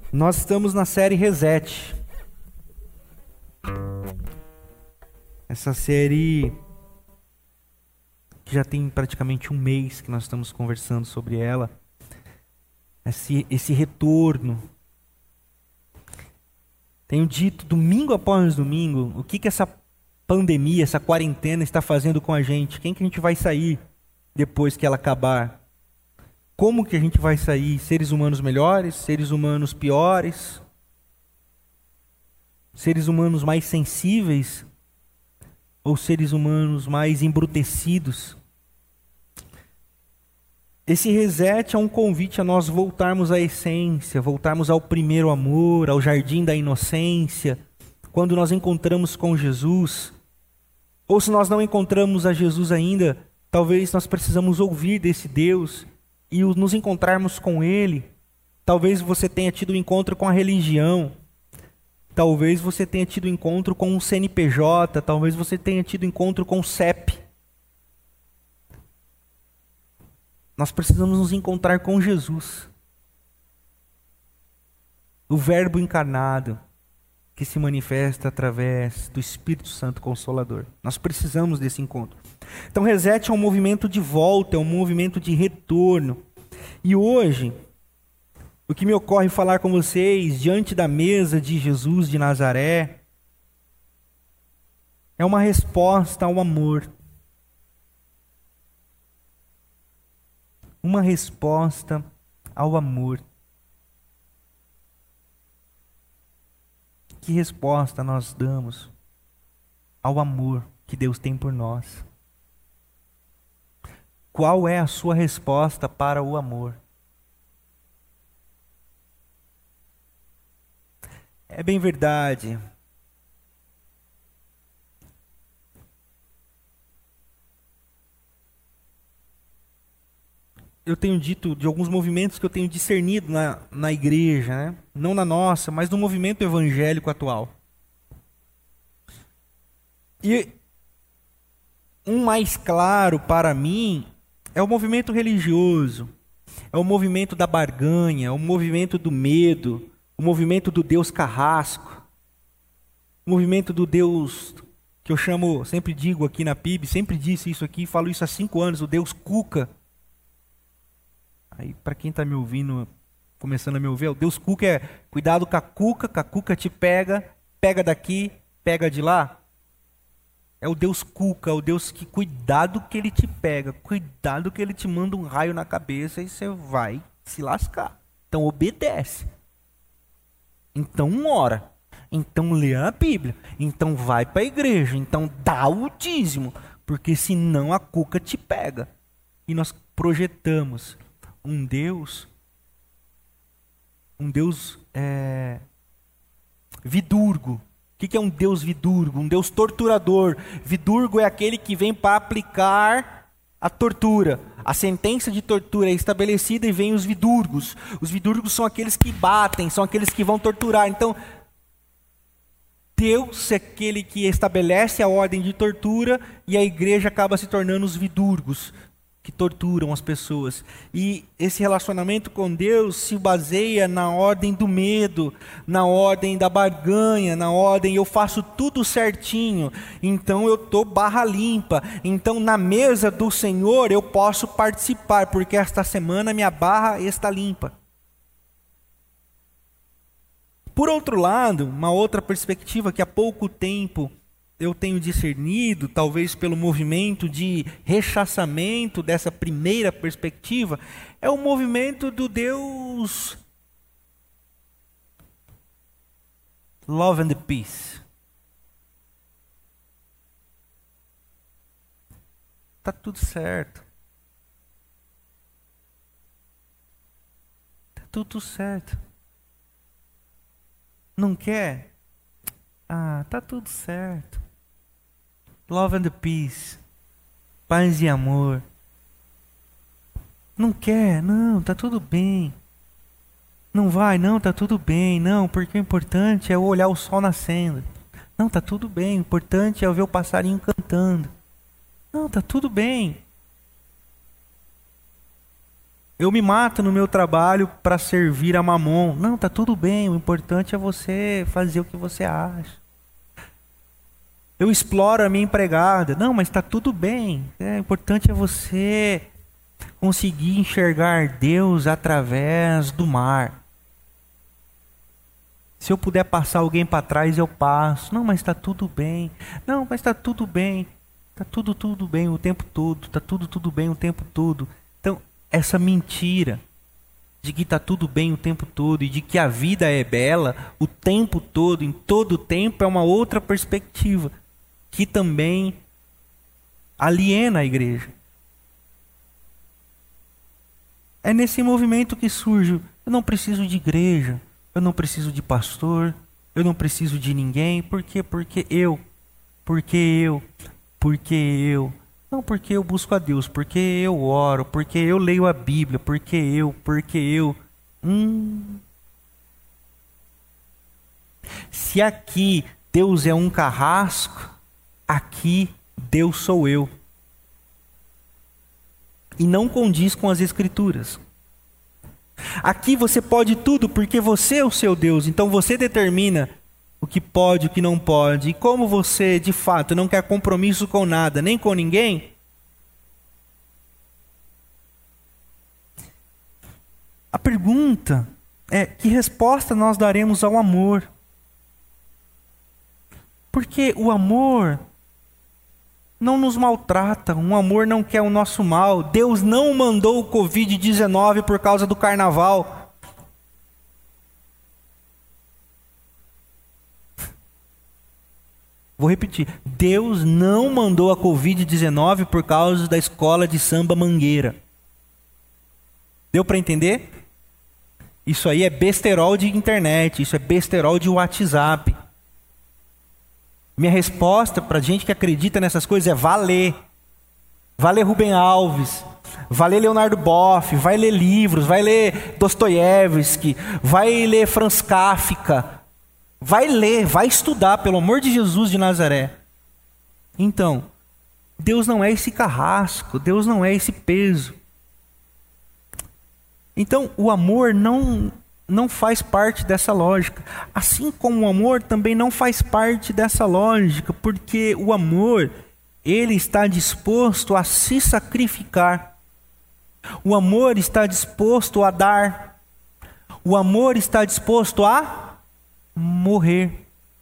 Nós estamos na série Reset. Essa série que já tem praticamente um mês que nós estamos conversando sobre ela. Esse retorno. Tenho dito domingo após domingo o que essa pandemia, essa quarentena está fazendo com a gente. Quem que a gente vai sair depois que ela acabar? Como que a gente vai sair? Seres humanos melhores? Seres humanos piores? Seres humanos mais sensíveis? Ou seres humanos mais embrutecidos? Esse reset é um convite a nós voltarmos à essência, voltarmos ao primeiro amor, ao jardim da inocência, quando nós encontramos com Jesus. Ou se nós não encontramos a Jesus ainda, talvez nós precisamos ouvir desse Deus e nos encontrarmos com Ele. Talvez você tenha tido um encontro com a religião. Talvez você tenha tido um encontro com o CNPJ. Talvez você tenha tido um encontro com o CEP. Nós precisamos nos encontrar com Jesus. O Verbo encarnado que se manifesta através do Espírito Santo Consolador. Nós precisamos desse encontro. Então, Reset é um movimento de volta, é um movimento de retorno. E hoje, o que me ocorre falar com vocês, diante da mesa de Jesus de Nazaré, é uma resposta ao amor. Uma resposta ao amor. Que resposta nós damos ao amor que Deus tem por nós? Qual é a sua resposta para o amor? É bem verdade. Eu tenho dito de alguns movimentos que eu tenho discernido na igreja, né? Não na nossa, mas no movimento evangélico atual. E um mais claro para mim é o movimento religioso, é o movimento da barganha, é o movimento do medo, o movimento do Deus carrasco, o movimento do Deus que eu chamo, sempre digo aqui na PIB, sempre disse isso aqui, falo isso há 5 anos, o Deus Cuca. Aí, para quem está me ouvindo, começando a me ouvir, o Deus Cuca é cuidado com a cuca te pega, pega daqui, pega de lá. É o Deus Cuca, o Deus que cuidado que ele te pega, cuidado que ele te manda um raio na cabeça e você vai se lascar. Então obedece. Então ora. Então lê a Bíblia. Então vai para a igreja. Então dá o dízimo. Porque senão a cuca te pega. E nós projetamos um Deus vidurgo. O que é um Deus vidurgo? Um Deus torturador. Vidurgo é aquele que vem para aplicar a tortura. A sentença de tortura é estabelecida e vem os vidurgos. Os vidurgos são aqueles que batem, são aqueles que vão torturar. Então, Deus é aquele que estabelece a ordem de tortura e a igreja acaba se tornando os vidurgos, que torturam as pessoas. E esse relacionamento com Deus se baseia na ordem do medo, na ordem da barganha, na ordem eu faço tudo certinho, então eu estou barra limpa, então na mesa do Senhor eu posso participar, porque esta semana minha barra está limpa. Por outro lado, uma outra perspectiva que há pouco tempo eu tenho discernido, talvez pelo movimento de rechaçamento dessa primeira perspectiva, é o movimento do Deus Love and Peace. Tá tudo certo. Tá tudo certo. Não quer? Ah, tá tudo certo. Love and Peace. Paz e amor. Não quer? Não, tá tudo bem. Não vai? Não, tá tudo bem. Não, porque o importante é olhar o sol nascendo. Não, tá tudo bem. O importante é ver o passarinho cantando. Não, tá tudo bem. Eu me mato no meu trabalho para servir a Mamon. Não, tá tudo bem, o importante é você fazer o que você acha. Eu exploro a minha empregada. Não, mas tá tudo bem. O importante é você conseguir enxergar Deus através do mar. Se eu puder passar alguém para trás, eu passo. Não, mas está tudo bem. Não, mas está tudo bem. Está tudo bem o tempo todo. Está tudo bem o tempo todo. Então, essa mentira de que está tudo bem o tempo todo e de que a vida é bela o tempo todo, em todo o tempo, é uma outra perspectiva que também aliena a igreja. É nesse movimento que surge: eu não preciso de igreja, eu não preciso de pastor, eu não preciso de ninguém. Por quê? Porque eu. Não, porque eu busco a Deus, porque eu oro, porque eu leio a Bíblia, porque eu. Se aqui Deus é um carrasco, aqui Deus sou eu. E não condiz com as Escrituras. Aqui você pode tudo porque você é o seu Deus. Então você determina o que pode, o que não pode. E como você, de fato, não quer compromisso com nada, nem com ninguém, a pergunta é: que resposta nós daremos ao amor? Porque o amor não nos maltrata, o amor não quer o nosso mal. Deus não mandou o Covid-19 por causa do carnaval. Vou repetir. Deus não mandou a Covid-19 por causa da escola de samba Mangueira. Deu para entender? Isso aí é besterol de internet, isso é besterol de WhatsApp. Minha resposta para gente que acredita nessas coisas é: valer. Vai ler Rubem Alves, vai ler Leonardo Boff, vai ler livros, vai ler Dostoiévski, vai ler Franz Kafka. Vai ler, vai estudar, pelo amor de Jesus de Nazaré. Então, Deus não é esse carrasco, Deus não é esse peso. Então, o amor não faz parte dessa lógica. Assim como o amor também não faz parte dessa lógica, porque o amor, ele está disposto a se sacrificar. O amor está disposto a dar. O amor está disposto a morrer.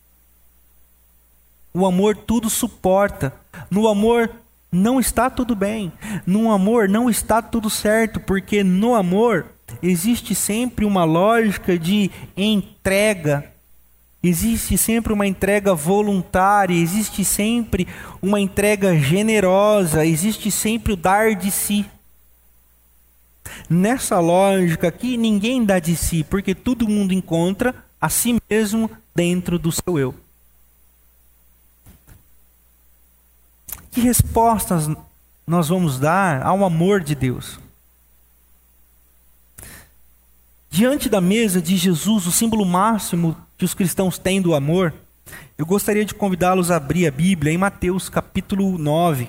O amor tudo suporta. No amor não está tudo bem. No amor não está tudo certo, porque no amor existe sempre uma lógica de entrega. Existe sempre uma entrega voluntária, existe sempre uma entrega generosa, existe sempre o dar de si. Nessa lógica aqui, ninguém dá de si, porque todo mundo encontra a si mesmo dentro do seu eu. Que respostas nós vamos dar ao amor de Deus? Diante da mesa de Jesus, o símbolo máximo que os cristãos têm do amor, eu gostaria de convidá-los a abrir a Bíblia em Mateus capítulo 9.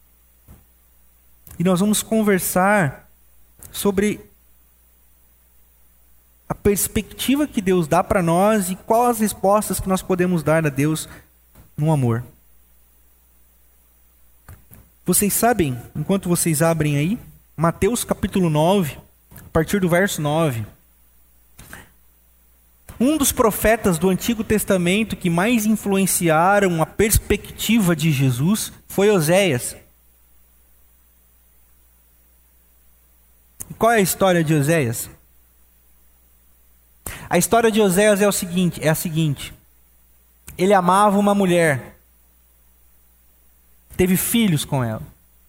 E nós vamos conversar sobre a perspectiva que Deus dá para nós e quais as respostas que nós podemos dar a Deus no amor. Vocês sabem, enquanto vocês abrem aí, Mateus capítulo 9, a partir do verso 9. Um dos profetas do Antigo Testamento que mais influenciaram a perspectiva de Jesus foi Oséias. E qual é a história de Oséias? A história de Oséias é a seguinte: ele amava uma mulher, teve filhos com ela,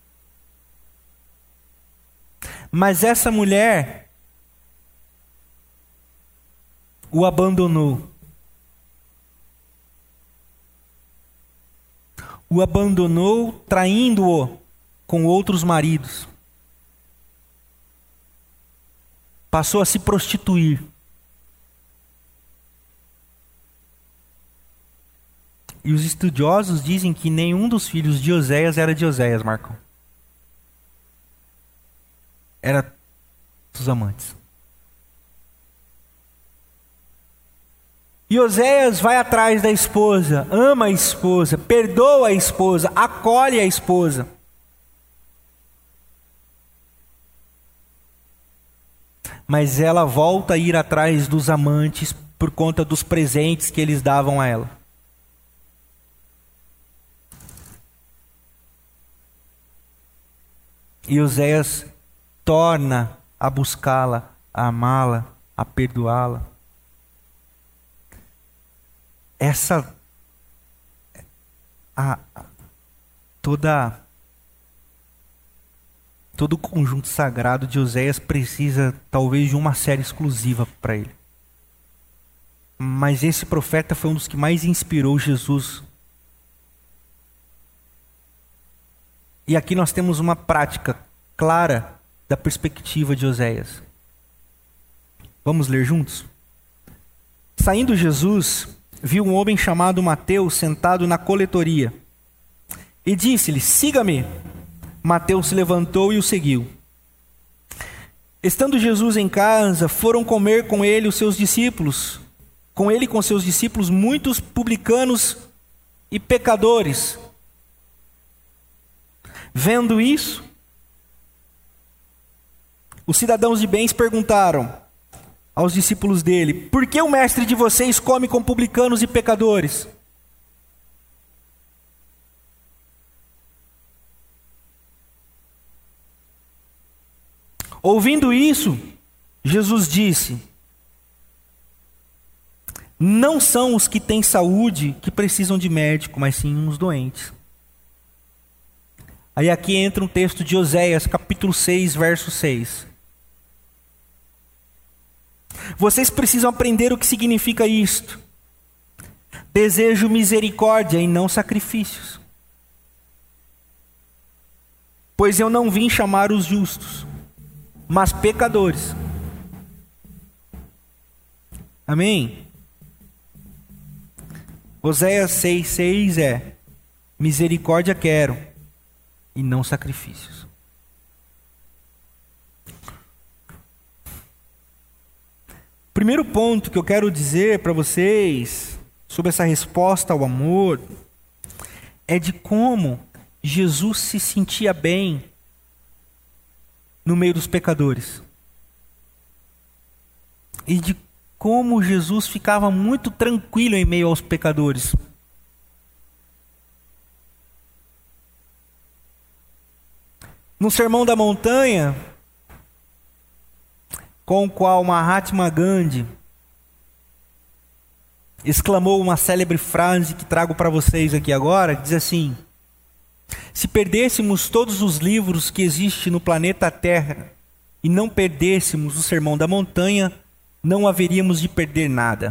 mas essa mulher o abandonou. O abandonou traindo-o com outros maridos. Passou a se prostituir. E os estudiosos dizem que nenhum dos filhos de Oséias era de Oséias, Marcão. Era dos amantes. E Oséias vai atrás da esposa, ama a esposa, perdoa a esposa, acolhe a esposa. Mas ela volta a ir atrás dos amantes por conta dos presentes que eles davam a ela. E Oséias torna a buscá-la, a amá-la, a perdoá-la. Todo o conjunto sagrado de Oséias precisa talvez de uma série exclusiva para ele. Mas esse profeta foi um dos que mais inspirou Jesus. E aqui nós temos uma prática clara da perspectiva de Oséias. Vamos ler juntos? Saindo Jesus, viu um homem chamado Mateus sentado na coletoria. E disse-lhe: siga-me. Mateus se levantou e o seguiu. Estando Jesus em casa, foram comer com ele os seus discípulos. Com ele e com seus discípulos, muitos publicanos e pecadores. Vendo isso, os cidadãos de bens perguntaram aos discípulos dele: por que o mestre de vocês come com publicanos e pecadores? Ouvindo isso, Jesus disse: não são os que têm saúde que precisam de médico, mas sim os doentes. Aí aqui entra um texto de Oséias, capítulo 6, verso 6. Vocês precisam aprender o que significa isto. Desejo misericórdia e não sacrifícios. Pois eu não vim chamar os justos, mas pecadores. Amém? Oséias 6,6 é: misericórdia quero e não sacrifícios. Primeiro ponto que eu quero dizer para vocês sobre essa resposta ao amor é de como Jesus se sentia bem no meio dos pecadores. E de como Jesus ficava muito tranquilo em meio aos pecadores. No Sermão da Montanha, com o qual Mahatma Gandhi exclamou uma célebre frase que trago para vocês aqui agora, diz assim: se perdêssemos todos os livros que existem no planeta Terra e não perdêssemos o Sermão da Montanha, não haveríamos de perder nada.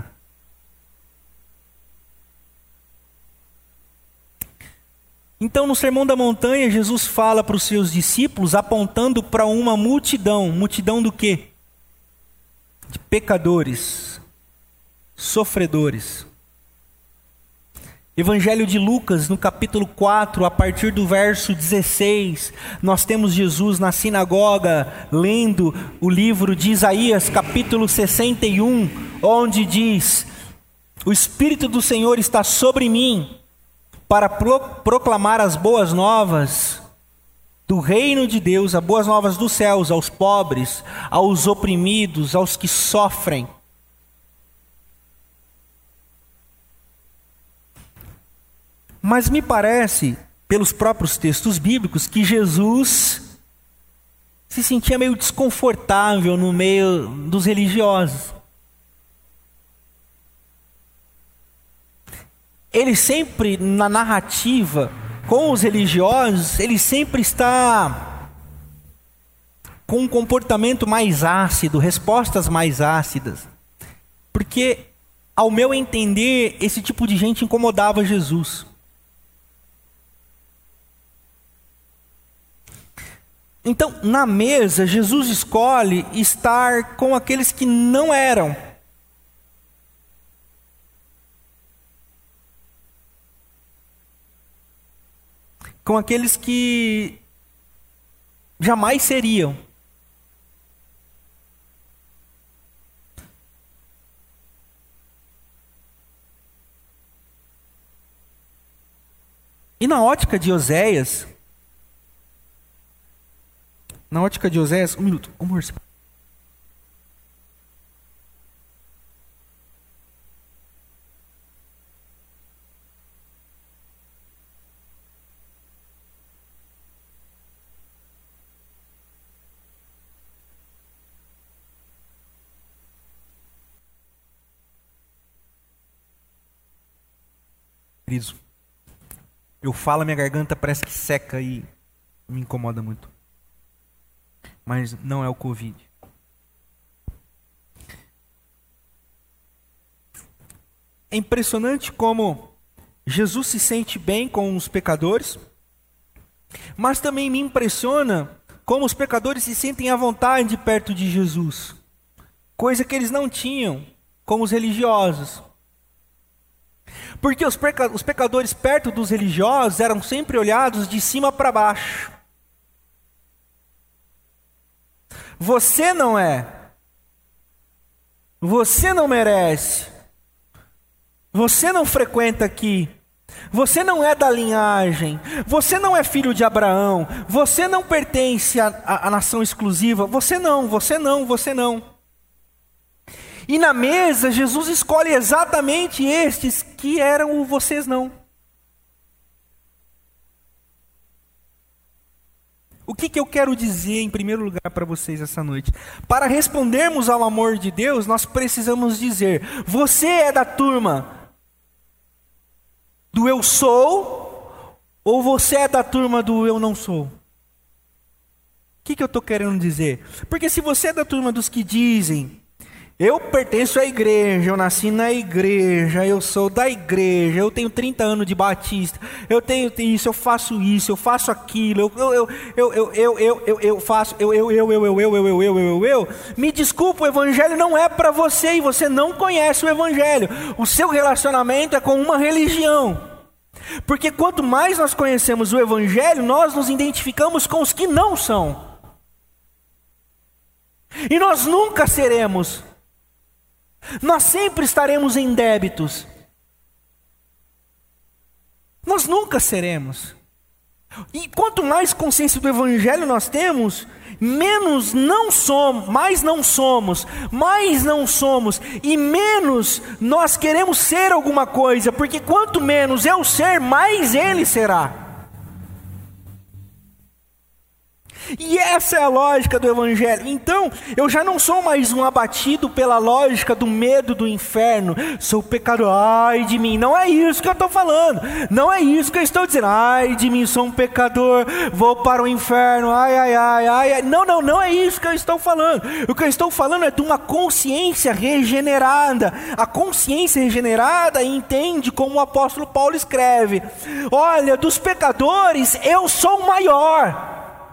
Então, no Sermão da Montanha, Jesus fala para os seus discípulos apontando para uma multidão. Multidão do quê? De pecadores, sofredores. Evangelho de Lucas, no capítulo 4, a partir do verso 16, nós temos Jesus na sinagoga lendo o livro de Isaías, capítulo 61, onde diz: o Espírito do Senhor está sobre mim para proclamar as boas novas do reino de Deus, as boas novas dos céus aos pobres, aos oprimidos, aos que sofrem. Mas me parece, pelos próprios textos bíblicos, que Jesus se sentia meio desconfortável no meio dos religiosos. Ele sempre, na narrativa com os religiosos, ele sempre está com um comportamento mais ácido, respostas mais ácidas. Porque, ao meu entender, esse tipo de gente incomodava Jesus. Então, na mesa, Jesus escolhe estar com aqueles que não eram. Com aqueles que jamais seriam. E na ótica de Oséias, um minuto, amor. Eu falo, minha garganta parece que seca e me incomoda muito. Mas não é o Covid. É impressionante como Jesus se sente bem com os pecadores, mas também me impressiona como os pecadores se sentem à vontade perto de Jesus, coisa que eles não tinham com os religiosos. Porque os pecadores perto dos religiosos eram sempre olhados de cima para baixo. Você não é. Você não merece. Você não frequenta aqui. Você não é da linhagem. Você não é filho de Abraão. Você não pertence à nação exclusiva. Você não. E na mesa, Jesus escolhe exatamente estes que eram o vocês não. O que eu quero dizer em primeiro lugar para vocês essa noite? Para respondermos ao amor de Deus, nós precisamos dizer: você é da turma do eu sou, ou você é da turma do eu não sou? O que eu estou querendo dizer? Porque se você é da turma dos que dizem: eu pertenço à igreja, eu nasci na igreja, eu sou da igreja, eu tenho 30 anos de batista, eu tenho isso, eu faço aquilo, eu faço, me desculpa, o evangelho não é para você e você não conhece o evangelho. O seu relacionamento é com uma religião. Porque quanto mais nós conhecemos o evangelho, nós nos identificamos com os que não são. E nós nunca seremos. Nós sempre estaremos em débitos. Nós nunca seremos. E quanto mais consciência do evangelho nós temos, mais não somos, e menos nós queremos ser alguma coisa, porque quanto menos eu ser, mais ele será. E essa é a lógica do evangelho. Então, eu já não sou mais um abatido pela lógica do medo do inferno. Sou pecador, ai de mim. Não é isso que eu estou falando. Não é isso que eu estou dizendo. Ai de mim, sou um pecador, vou para o inferno. Ai. Não é isso que eu estou falando. O que eu estou falando é de uma consciência regenerada. A consciência regenerada entende, como o apóstolo Paulo escreve: olha, dos pecadores eu sou o maior.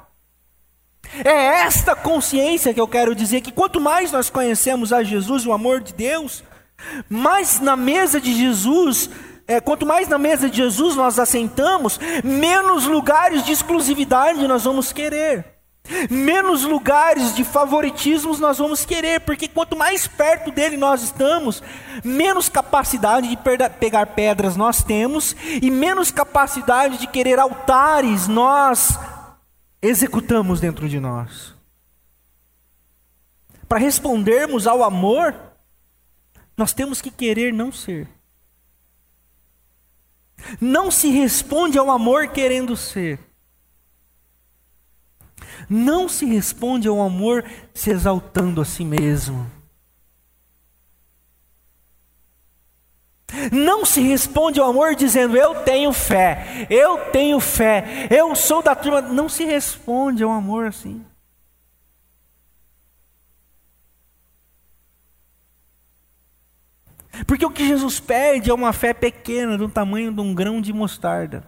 É esta consciência que eu quero dizer, que quanto mais nós conhecemos a Jesus e o amor de Deus, mais na mesa de Jesus, quanto mais na mesa de Jesus nós assentamos, menos lugares de exclusividade nós vamos querer, menos lugares de favoritismos nós vamos querer, porque quanto mais perto dele nós estamos, menos capacidade de pegar pedras nós temos, e menos capacidade de querer altares nós executamos dentro de nós. Para respondermos ao amor, nós temos que querer não ser. Não se responde ao amor querendo ser. Não se responde ao amor se exaltando a si mesmo. Não se responde ao amor dizendo: eu tenho fé, eu sou da turma. Não se responde ao amor assim. Porque o que Jesus pede é uma fé pequena, do tamanho de um grão de mostarda.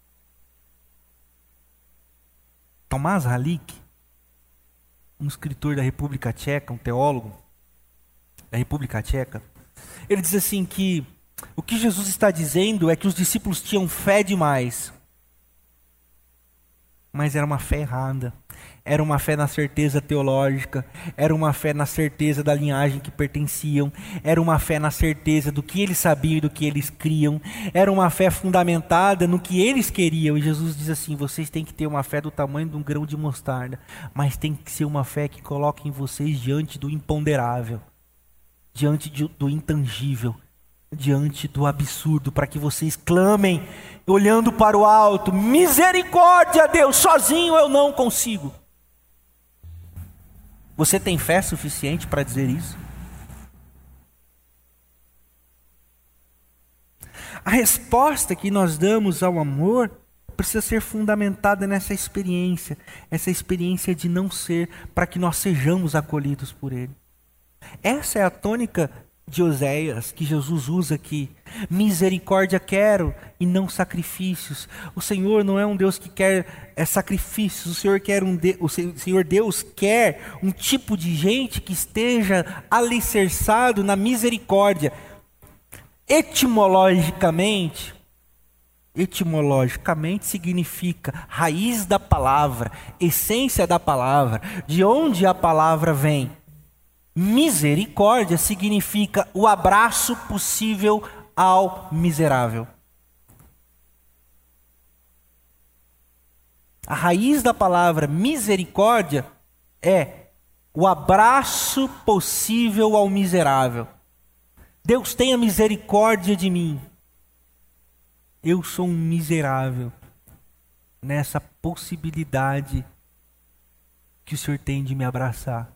Tomás Halik, um escritor da República Tcheca, um teólogo da República Tcheca, ele diz assim que o que Jesus está dizendo é que os discípulos tinham fé demais, mas era uma fé errada. Era uma fé na certeza teológica, era uma fé na certeza da linhagem que pertenciam, era uma fé na certeza do que eles sabiam e do que eles criam, era uma fé fundamentada no que eles queriam. E Jesus diz assim: vocês têm que ter uma fé do tamanho de um grão de mostarda, mas tem que ser uma fé que coloque em vocês diante do imponderável, diante do intangível, diante do absurdo, para que vocês clamem, olhando para o alto: misericórdia, Deus, sozinho eu não consigo. Você tem fé suficiente para dizer isso? A resposta que nós damos ao amor precisa ser fundamentada nessa experiência, essa experiência de não ser, para que nós sejamos acolhidos por Ele. Essa é a tônica de Oséias que Jesus usa aqui. Misericórdia quero e não sacrifícios. O Senhor não é um Deus que quer sacrifícios. O Senhor Deus quer um tipo de gente que esteja alicerçado na misericórdia. Etimologicamente significa raiz da palavra, essência da palavra, de onde a palavra vem. Misericórdia significa o abraço possível ao miserável. A raiz da palavra misericórdia é o abraço possível ao miserável. Deus, tenha misericórdia de mim. Eu sou um miserável nessa possibilidade que o Senhor tem de me abraçar.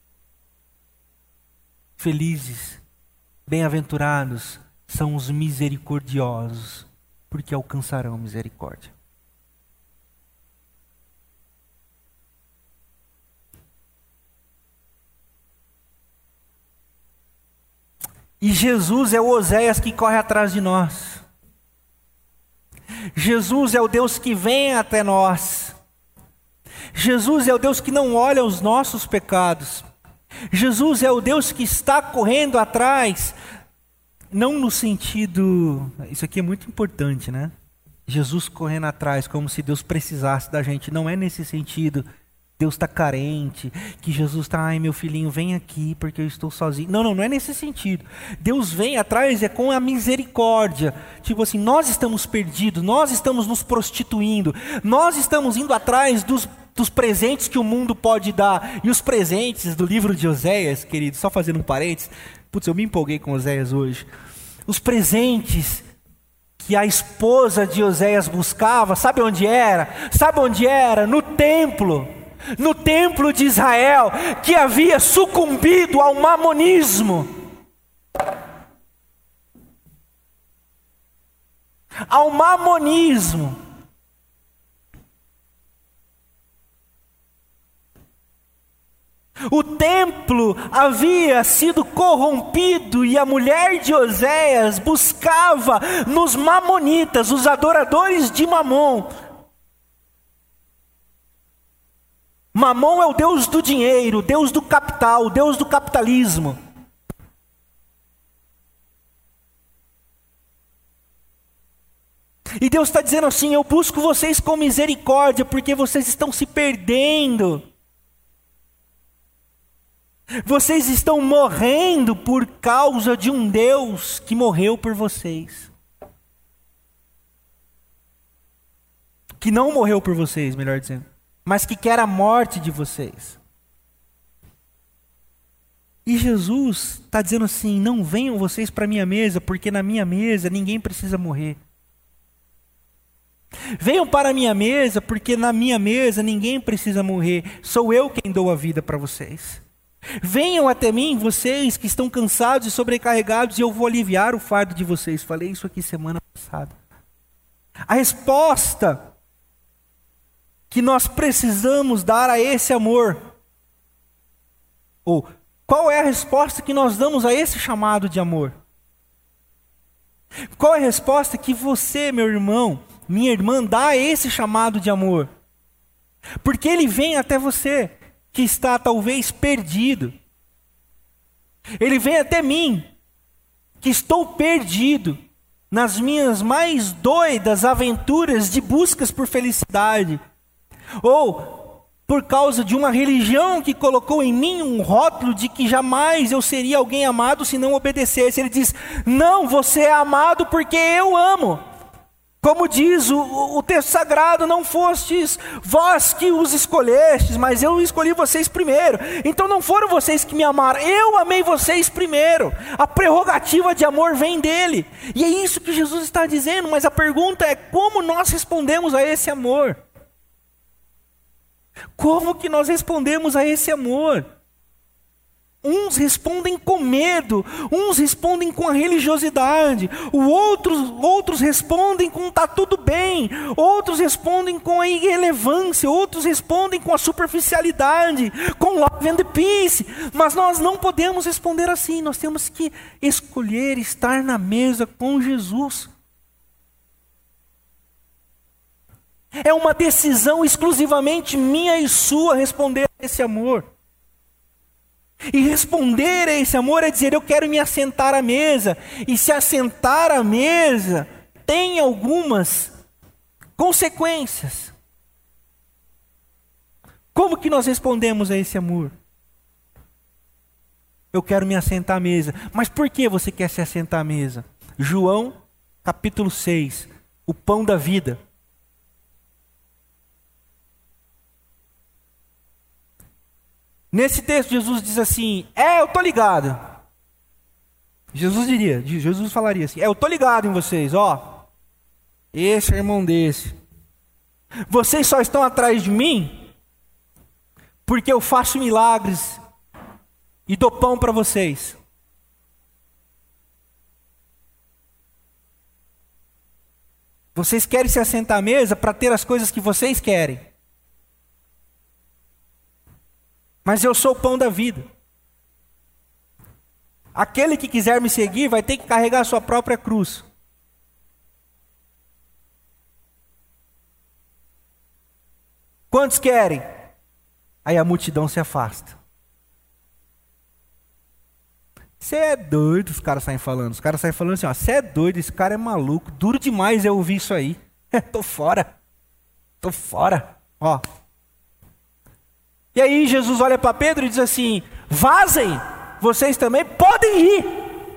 Felizes, bem-aventurados são os misericordiosos, porque alcançarão misericórdia. E Jesus é o Oséias que corre atrás de nós. Jesus é o Deus que vem até nós. Jesus é o Deus que não olha os nossos pecados. Jesus é o Deus que está correndo atrás, não no sentido, isso aqui é muito importante, né? Jesus correndo atrás como se Deus precisasse da gente, não é nesse sentido. Deus está carente, que Jesus está, ai meu filhinho, vem aqui porque eu estou sozinho. Não é nesse sentido. Deus vem atrás com a misericórdia. Tipo assim, nós estamos perdidos, nós estamos nos prostituindo, nós estamos indo atrás dos presentes que o mundo pode dar. E os presentes do livro de Oséias, querido, só fazendo um parênteses, putz, eu me empolguei com Oséias hoje. Os presentes que a esposa de Oséias buscava, sabe onde era? Sabe onde era? No templo de Israel, que havia sucumbido ao mamonismo. Ao mamonismo. O templo havia sido corrompido e a mulher de Oséias buscava nos mamonitas, os adoradores de Mamon. Mamon é o Deus do dinheiro, o Deus do capital, o Deus do capitalismo. E Deus está dizendo assim: eu busco vocês com misericórdia, porque vocês estão se perdendo. Vocês estão morrendo por causa de um Deus que morreu por vocês. Que não morreu por vocês, melhor dizendo, mas que quer a morte de vocês. E Jesus está dizendo assim: não venham vocês para a minha mesa, porque na minha mesa ninguém precisa morrer. Venham para a minha mesa, porque na minha mesa ninguém precisa morrer. Sou eu quem dou a vida para vocês. Venham até mim, vocês que estão cansados e sobrecarregados, e eu vou aliviar o fardo de vocês. Falei isso aqui semana passada. A resposta que nós precisamos dar a esse amor, ou qual é a resposta que nós damos a esse chamado de amor? Qual é a resposta que você, meu irmão, minha irmã, dá a esse chamado de amor? Porque ele vem até você, que está talvez perdido. Ele vem até mim, que estou perdido nas minhas mais doidas aventuras de buscas por felicidade. Ou por causa de uma religião que colocou em mim um rótulo de que jamais eu seria alguém amado se não obedecesse. Ele diz: não, você é amado porque eu amo. Como diz o texto sagrado, não fostes vós que os escolhestes, mas eu escolhi vocês primeiro. Então não foram vocês que me amaram, eu amei vocês primeiro. A prerrogativa de amor vem dele. E é isso que Jesus está dizendo, mas a pergunta é: como nós respondemos a esse amor? Como que nós respondemos a esse amor? Uns respondem com medo, uns respondem com a religiosidade, outros respondem com tá tudo bem, outros respondem com a irrelevância, outros respondem com a superficialidade, com love and peace. Mas nós não podemos responder assim, nós temos que escolher estar na mesa com Jesus. É uma decisão exclusivamente minha e sua responder a esse amor. E responder a esse amor é dizer: eu quero me assentar à mesa. E se assentar à mesa tem algumas consequências. Como que nós respondemos a esse amor? Eu quero me assentar à mesa. Mas por que você quer se assentar à mesa? João, capítulo 6, o pão da vida. Nesse texto Jesus diz assim: eu tô ligado. Jesus falaria assim: eu tô ligado em vocês, ó. Esse é irmão desse. Vocês só estão atrás de mim porque eu faço milagres e dou pão para vocês. Vocês querem se assentar à mesa para ter as coisas que vocês querem. Mas eu sou o pão da vida. Aquele que quiser me seguir vai ter que carregar a sua própria cruz. Quantos querem? Aí a multidão se afasta. Você é doido, os caras saem falando. Os caras saem falando assim: você é doido, esse cara é maluco. Duro demais eu ouvir isso aí. Tô fora. Ó. E aí Jesus olha para Pedro e diz assim: vazem, vocês também podem ir.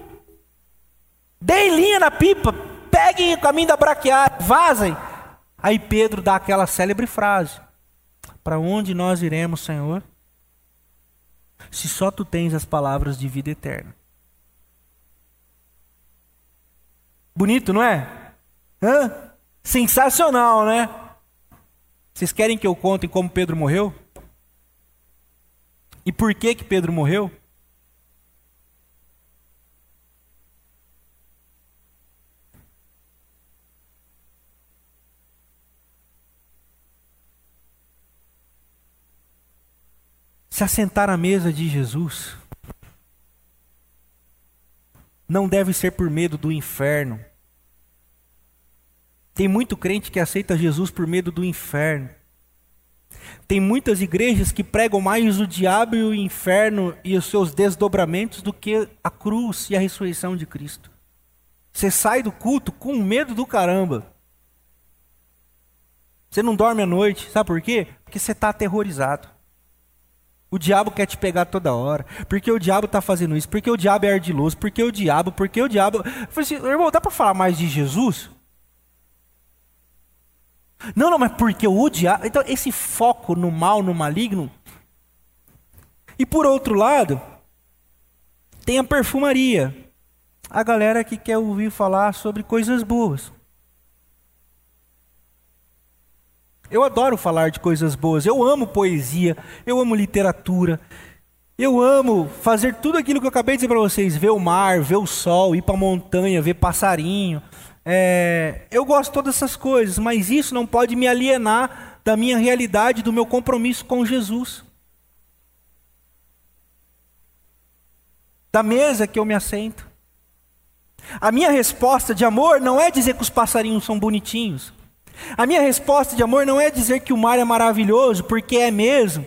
Deem linha na pipa, peguem o caminho da braquiária, vazem. Aí Pedro dá aquela célebre frase: para onde nós iremos, Senhor? Se só tu tens as palavras de vida eterna. Bonito, não é? Sensacional, né? Vocês querem que eu conte como Pedro morreu? E por que Pedro morreu? Se assentar à mesa de Jesus não deve ser por medo do inferno. Tem muito crente que aceita Jesus por medo do inferno. Tem muitas igrejas que pregam mais o diabo e o inferno e os seus desdobramentos do que a cruz e a ressurreição de Cristo. Você sai do culto com medo do caramba. Você não dorme à noite, sabe por quê? Porque você está aterrorizado. O diabo quer te pegar toda hora. Porque o diabo está fazendo isso. Porque o diabo é ardiloso. Porque o diabo. Eu falei assim: irmão, dá para falar mais de Jesus? Não, mas porque o diabo... Então esse foco no mal, no maligno. E por outro lado, tem a perfumaria. A galera que quer ouvir falar sobre coisas boas. Eu adoro falar de coisas boas. Eu amo poesia, eu amo literatura. Eu amo fazer tudo aquilo que eu acabei de dizer para vocês. Ver o mar, ver o sol, ir para a montanha, ver passarinho. Eu gosto de todas essas coisas, mas isso não pode me alienar da minha realidade, do meu compromisso com Jesus. Da mesa que eu me assento. A minha resposta de amor não é dizer que os passarinhos são bonitinhos. A minha resposta de amor não é dizer que o mar é maravilhoso, porque é mesmo.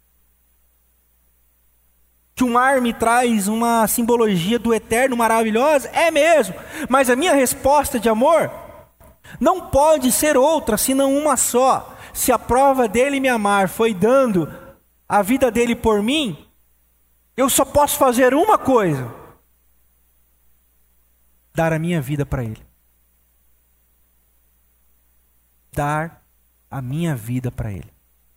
Que o mar me traz uma simbologia do eterno maravilhosa, é mesmo. Mas a minha resposta de amor não pode ser outra, senão uma só. se a prova dele me amar foi dando a vida dele por mim, eu só posso fazer uma coisa: dar a minha vida para ele. Dar a minha vida para ele.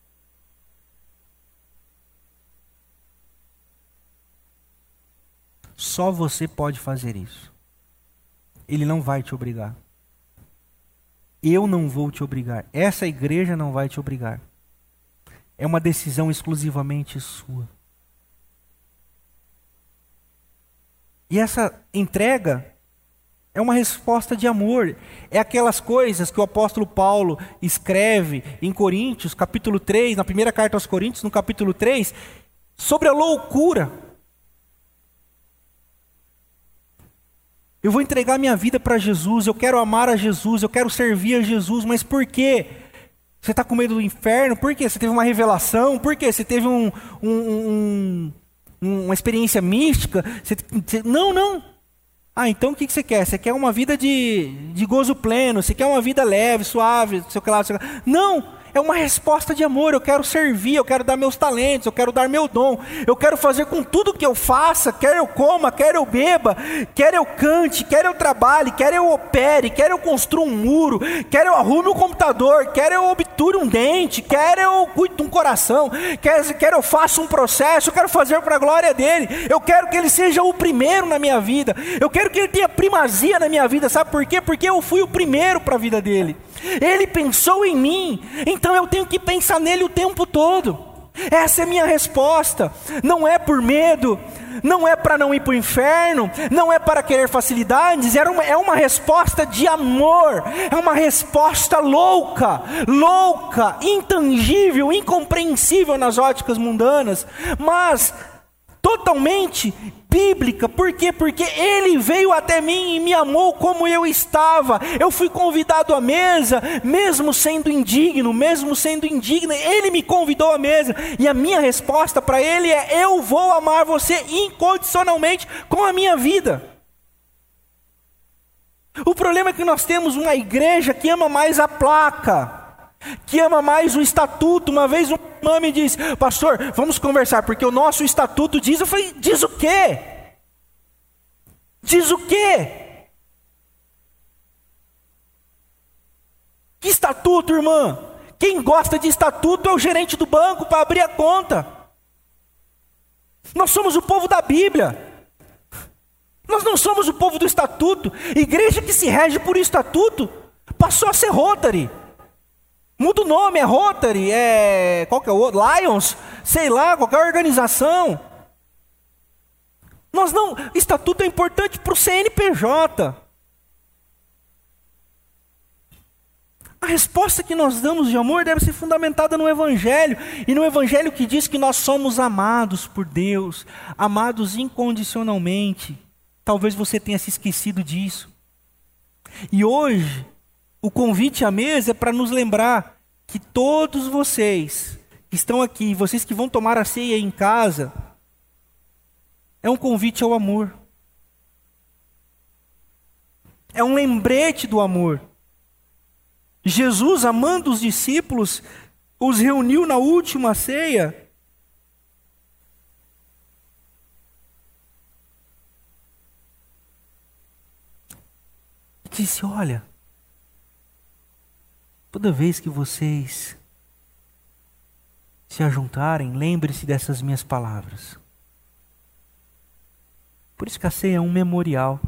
Só você pode fazer isso. Ele não vai te obrigar. Eu não vou te obrigar. Essa igreja não vai te obrigar. É uma decisão exclusivamente sua. E essa entrega é uma resposta de amor. É aquelas coisas que o apóstolo Paulo escreve em Coríntios, capítulo 3, na primeira carta aos Coríntios, no capítulo 3, sobre a loucura. Eu vou entregar minha vida para Jesus, eu quero amar a Jesus, eu quero servir a Jesus, mas por quê? Você está com medo do inferno? Por quê? Você teve uma revelação? Por quê? Você teve uma experiência mística? Não. Ah, então o que você quer? Você quer uma vida de gozo pleno, você quer uma vida leve, suave, sei lá. Não! É uma resposta de amor. Eu quero servir, eu quero dar meus talentos, eu quero dar meu dom, eu quero fazer com tudo que eu faça, quer eu coma, quer eu beba, quer eu cante, quer eu trabalhe, quer eu opere, quer eu construa um muro, quer eu arrume um computador, quer eu obture um dente, quer eu cuide de um coração, quer eu faça um processo, eu quero fazer para a glória dele, eu quero que ele seja o primeiro na minha vida, eu quero que ele tenha primazia na minha vida. Sabe por quê? Porque eu fui o primeiro para a vida dele. Ele pensou em mim, então eu tenho que pensar nele o tempo todo. Essa é a minha resposta. Não é por medo, não é para não ir para o inferno, não é para querer facilidades, é uma resposta de amor, é uma resposta louca, intangível, incompreensível nas óticas mundanas, mas totalmente bíblica. Por quê? Porque ele veio até mim e me amou como eu estava. Eu fui convidado à mesa, mesmo sendo indigno, ele me convidou à mesa, e a minha resposta para ele é: eu vou amar você incondicionalmente com a minha vida. O problema é que nós temos uma igreja que ama mais a placa, que ama mais o estatuto. Uma vez uma irmã me disse: pastor, vamos conversar, porque o nosso estatuto diz. Eu falei: diz o quê? Diz o quê? Que estatuto, irmã? Quem gosta de estatuto é o gerente do banco para abrir a conta. Nós somos o povo da Bíblia. Nós não somos o povo do estatuto. Igreja que se rege por estatuto passou a ser Rotary. Muda o nome, é Rotary, qual que é o outro? Lions, sei lá, qualquer organização. Estatuto é importante para o CNPJ. A resposta que nós damos de amor deve ser fundamentada no Evangelho, e no Evangelho que diz que nós somos amados por Deus, amados incondicionalmente. Talvez você tenha se esquecido disso. E hoje, o convite à mesa é para nos lembrar que todos vocês que estão aqui, vocês que vão tomar a ceia em casa, é um convite ao amor. É um lembrete do amor. Jesus, amando os discípulos, os reuniu na última ceia. E disse: olha, toda vez que vocês se ajuntarem, lembre-se dessas minhas palavras. Por isso que a ceia é um memorial.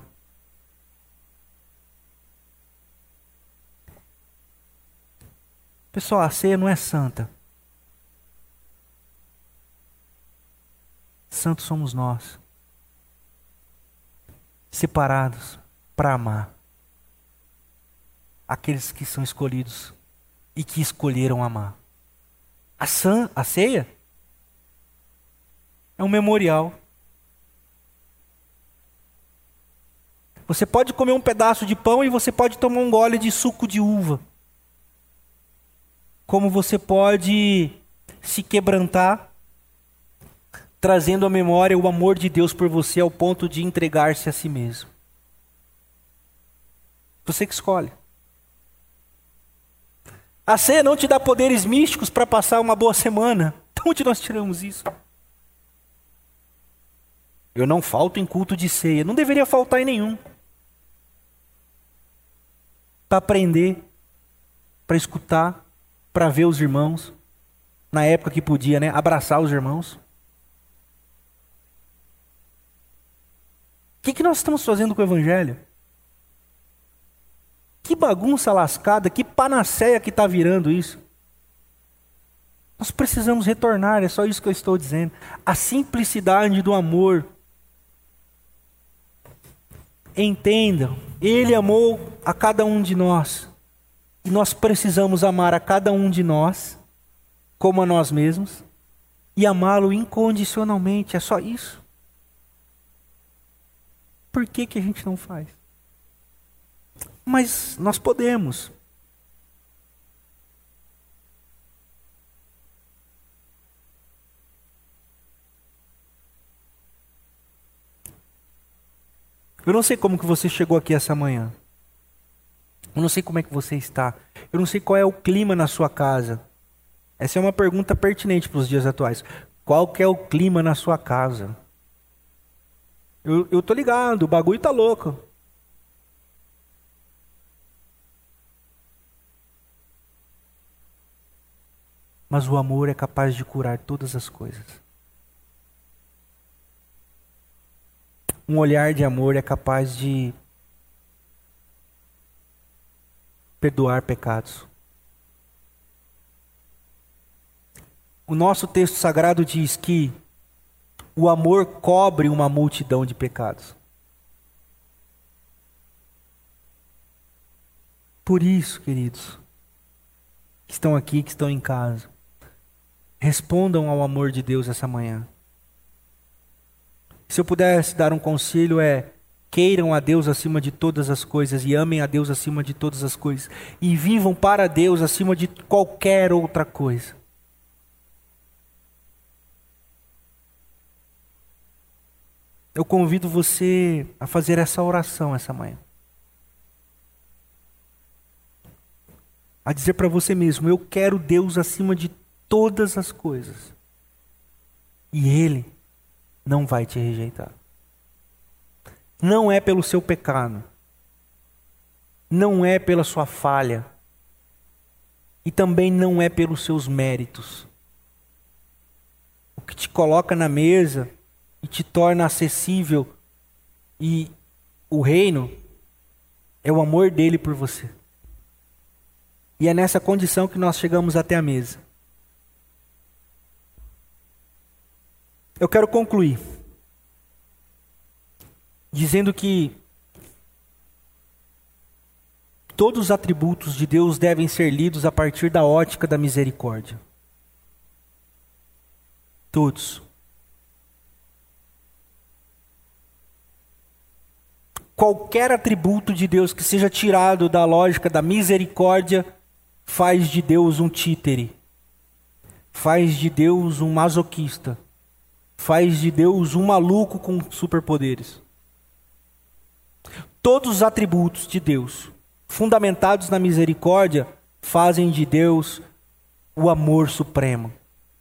Pessoal, a ceia não é santa. Santos somos nós, separados para amar aqueles que são escolhidos e que escolheram amar. A ceia é um memorial. Você pode comer um pedaço de pão e você pode tomar um gole de suco de uva. Como você pode se quebrantar, trazendo à memória o amor de Deus por você ao ponto de entregar-se a si mesmo. Você que escolhe. A ceia não te dá poderes místicos para passar uma boa semana. De onde nós tiramos isso? Eu não falto em culto de ceia. Não deveria faltar em nenhum. Para aprender, para escutar, para ver os irmãos. Na época que podia, né? Abraçar os irmãos. O que nós estamos fazendo com o Evangelho? Que bagunça lascada, que panaceia que está virando isso. Nós precisamos retornar, é só isso que eu estou dizendo. A simplicidade do amor. Entendam, Ele amou a cada um de nós. E nós precisamos amar a cada um de nós, como a nós mesmos, e amá-lo incondicionalmente, é só isso. Por que a gente não faz? Mas nós podemos. Eu não sei como que você chegou aqui essa manhã. Eu não sei como é que você está. Eu não sei qual é o clima na sua casa. Essa é uma pergunta pertinente para os dias atuais. Qual que é o clima na sua casa? Eu tô ligado, o bagulho tá louco. Mas o amor é capaz de curar todas as coisas. Um olhar de amor é capaz de perdoar pecados. O nosso texto sagrado diz que o amor cobre uma multidão de pecados. Por isso, queridos, que estão aqui, que estão em casa, respondam ao amor de Deus essa manhã. Se eu pudesse dar um conselho queiram a Deus acima de todas as coisas e amem a Deus acima de todas as coisas e vivam para Deus acima de qualquer outra coisa. Eu convido você a fazer essa oração essa manhã. A dizer para você mesmo, eu quero Deus acima de todas as coisas. E Ele não vai te rejeitar. Não é pelo seu pecado. Não é pela sua falha. E também não é pelos seus méritos. O que te coloca na mesa e te torna acessível e o reino é o amor dele por você. E é nessa condição que nós chegamos até a mesa. Eu quero concluir dizendo que todos os atributos de Deus devem ser lidos a partir da ótica da misericórdia. Todos. Qualquer atributo de Deus que seja tirado da lógica da misericórdia faz de Deus um títere, faz de Deus um masoquista, faz de Deus um maluco com superpoderes. Todos os atributos de Deus, fundamentados na misericórdia, fazem de Deus o amor supremo.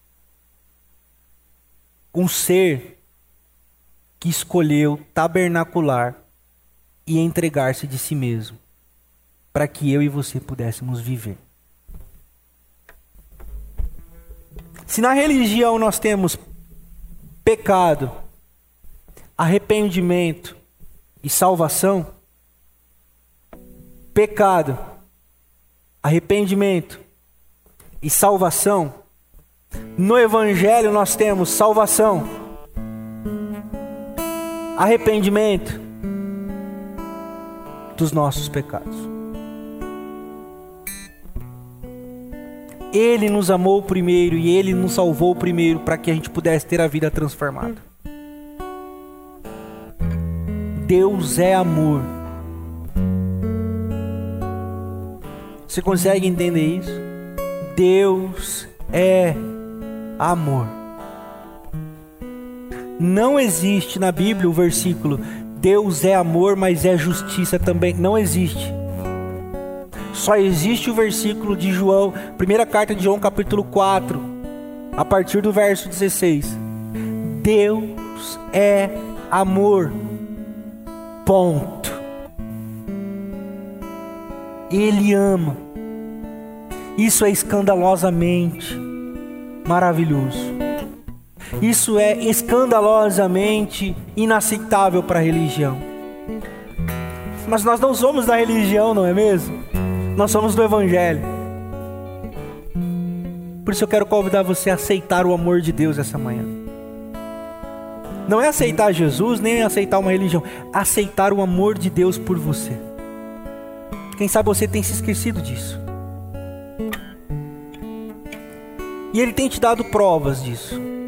Um ser que escolheu tabernacular e entregar-se de si mesmo, para que eu e você pudéssemos viver. Se na religião nós temos pecado, arrependimento e salvação, pecado, arrependimento e salvação, no Evangelho nós temos salvação, arrependimento dos nossos pecados. Ele nos amou primeiro e Ele nos salvou primeiro para que a gente pudesse ter a vida transformada. Deus é amor. Você consegue entender isso? Deus é amor. Não existe na Bíblia o versículo Deus é amor, mas é justiça também. Não existe. Só existe o versículo de João, primeira carta de João, capítulo 4, a partir do verso 16. Deus é amor. Ponto. Ele ama. Isso é escandalosamente maravilhoso. Isso é escandalosamente inaceitável para a religião. Mas nós não somos da religião, não é mesmo? Nós somos do Evangelho. Por isso eu quero convidar você a aceitar o amor de Deus essa manhã. Não é aceitar Jesus, nem aceitar uma religião. Aceitar o amor de Deus por você. Quem sabe você tem se esquecido disso. E Ele tem te dado provas disso.